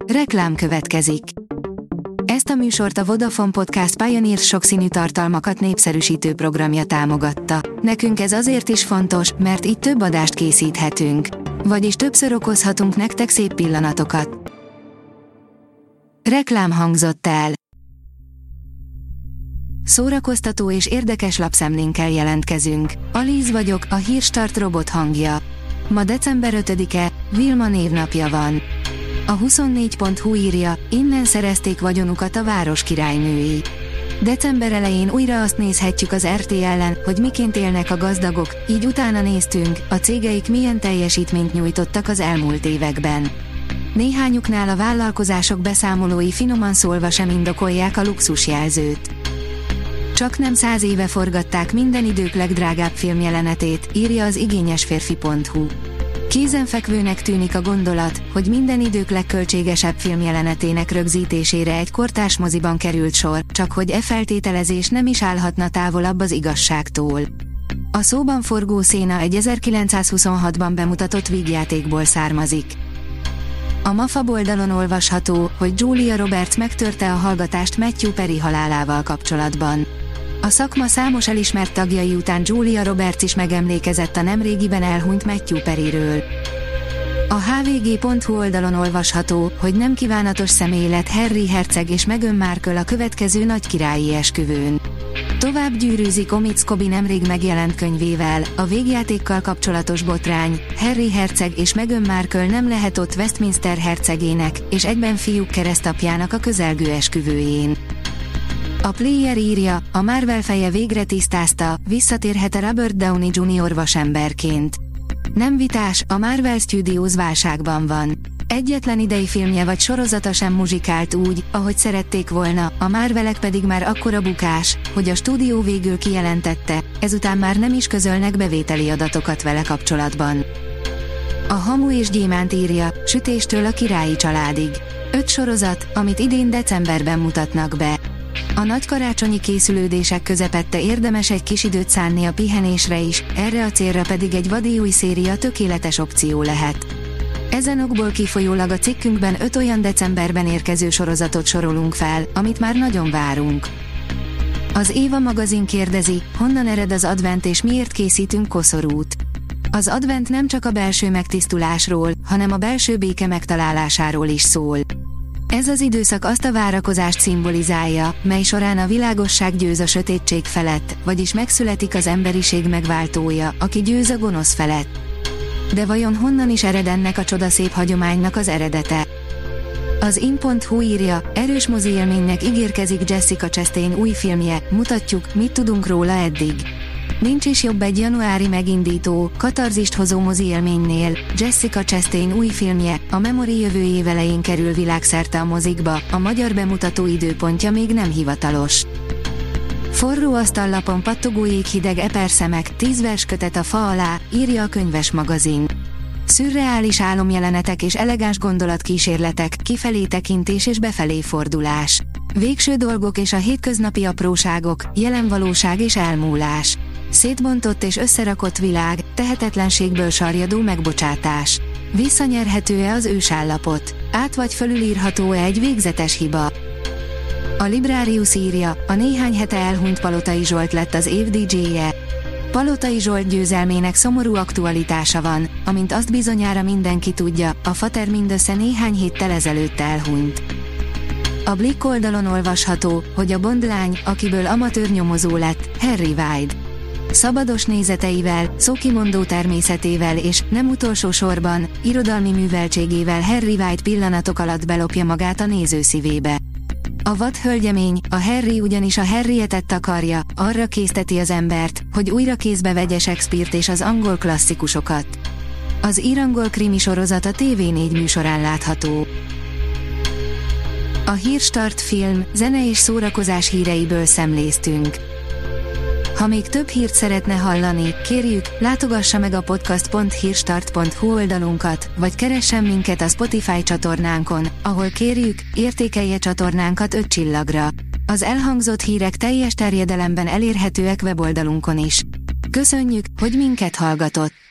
Reklám következik. Ezt a műsort a Vodafone Podcast Pioneer sokszínű tartalmakat népszerűsítő programja támogatta. Nekünk ez azért is fontos, mert így több adást készíthetünk. Vagyis többször okozhatunk nektek szép pillanatokat. Reklám hangzott el. Szórakoztató és érdekes lapszemlénkkel jelentkezünk. Alíz vagyok, a Hírstart robot hangja. Ma december 5-e, Vilma névnapja van. A 24.hu írja, innen szerezték vagyonukat a város királynői. December elején újra azt nézhetjük az RTL-en, hogy miként élnek a gazdagok, így utána néztünk, a cégeik milyen teljesítményt nyújtottak az elmúlt években. Néhányuknál a vállalkozások beszámolói finoman szólva sem indokolják a luxusjelzőt. Csaknem 100 éve forgatták minden idők legdrágább filmjelenetét, írja az igényesférfi.hu. Kézenfekvőnek tűnik a gondolat, hogy minden idők legköltségesebb filmjelenetének rögzítésére egy kortárs moziban került sor, csak hogy e feltételezés nem is állhatna távolabb az igazságtól. A szóban forgó széna egy 1926-ban bemutatott vígjátékból származik. A MAFA oldalon olvasható, hogy Julia Roberts megtörte a hallgatást Matthew Perry halálával kapcsolatban. A szakma számos elismert tagjai után Julia Roberts is megemlékezett a nemrégiben elhunyt Matthew Perryről. A hvg.hu oldalon olvasható, hogy nem kívánatos személy lett Harry herceg és Meghan Markle a következő nagykirályi esküvőn. Tovább gyűrűzik Omid Scobie nemrég megjelent könyvével, a végjátékkal kapcsolatos botrány, Harry herceg és Meghan Markle nem lehet ott Westminster hercegének, és egyben fiúk keresztapjának a közelgő esküvőjén. A Player írja, a Marvel feje végre tisztázta, visszatérhet-e Robert Downey Jr. vasemberként. Nem vitás, a Marvel Studios válságban van. Egyetlen idei filmje vagy sorozata sem muzsikált úgy, ahogy szerették volna, a Marvelek pedig már akkora bukás, hogy a stúdió végül kijelentette, ezután már nem is közölnek bevételi adatokat vele kapcsolatban. A Hamu és Gyémánt írja, sütéstől a királyi családig. 5 sorozat, amit idén decemberben mutatnak be. A nagy karácsonyi készülődések közepette érdemes egy kis időt szánni a pihenésre is, erre a célra pedig egy vadi új széria tökéletes opció lehet. Ezen okból kifolyólag a cikkünkben 5 olyan decemberben érkező sorozatot sorolunk fel, amit már nagyon várunk. Az Éva magazin kérdezi, honnan ered az advent és miért készítünk koszorút. Az advent nem csak a belső megtisztulásról, hanem a belső béke megtalálásáról is szól. Ez az időszak azt a várakozást szimbolizálja, mely során a világosság győz a sötétség felett, vagyis megszületik az emberiség megváltója, aki győz a gonosz felett. De vajon honnan is ered ennek a csodaszép hagyománynak az eredete? Az in.hu írja, erős mozi élménynek ígérkezik Jessica Chastain új filmje, mutatjuk, mit tudunk róla eddig. Nincs is jobb egy januári megindító, katarzist hozó mozi élménynél. Jessica Chastain új filmje, a Memory jövő év elején kerül világszerte a mozikba, a magyar bemutató időpontja még nem hivatalos. Forró asztallapon pattogó jéghideg eperszemek, 10 verskötet a fa alá, írja a Könyves magazin. Szürreális álomjelenetek és elegáns gondolatkísérletek, kifelé tekintés és befelé fordulás. Végső dolgok és a hétköznapi apróságok, jelen valóság és elmúlás. Szétbontott és összerakott világ, tehetetlenségből sarjadó megbocsátás. Visszanyerhető-e az ősállapot? Át vagy fölülírható-e egy végzetes hiba? A Librarius írja, a néhány hete elhunyt Palotai Zsolt lett az év DJ-je. Palotai Zsolt győzelmének szomorú aktualitása van, amint azt bizonyára mindenki tudja, a fater mindössze néhány héttel ezelőtt elhunyt. A Blick oldalon olvasható, hogy a Bond lány, akiből amatőr nyomozó lett, Harry White. Szabados nézeteivel, szókimondó természetével és, nem utolsó sorban, irodalmi műveltségével Harry White pillanatok alatt belopja magát a néző szívébe. A vad hölgyemény, a Harry ugyanis a Harrietet akarja, arra készteti az embert, hogy újra kézbe vegye Shakespeare-t és az angol klasszikusokat. Az ír-angol krimi sorozat a TV4 műsorán látható. A Hírstart film, zene és szórakozás híreiből szemléztünk. Ha még több hírt szeretne hallani, kérjük, látogassa meg a podcast.hírstart.hu oldalunkat, vagy keressen minket a Spotify csatornánkon, ahol kérjük, értékelje csatornánkat 5 csillagra. Az elhangzott hírek teljes terjedelemben elérhetőek weboldalunkon is. Köszönjük, hogy minket hallgatott!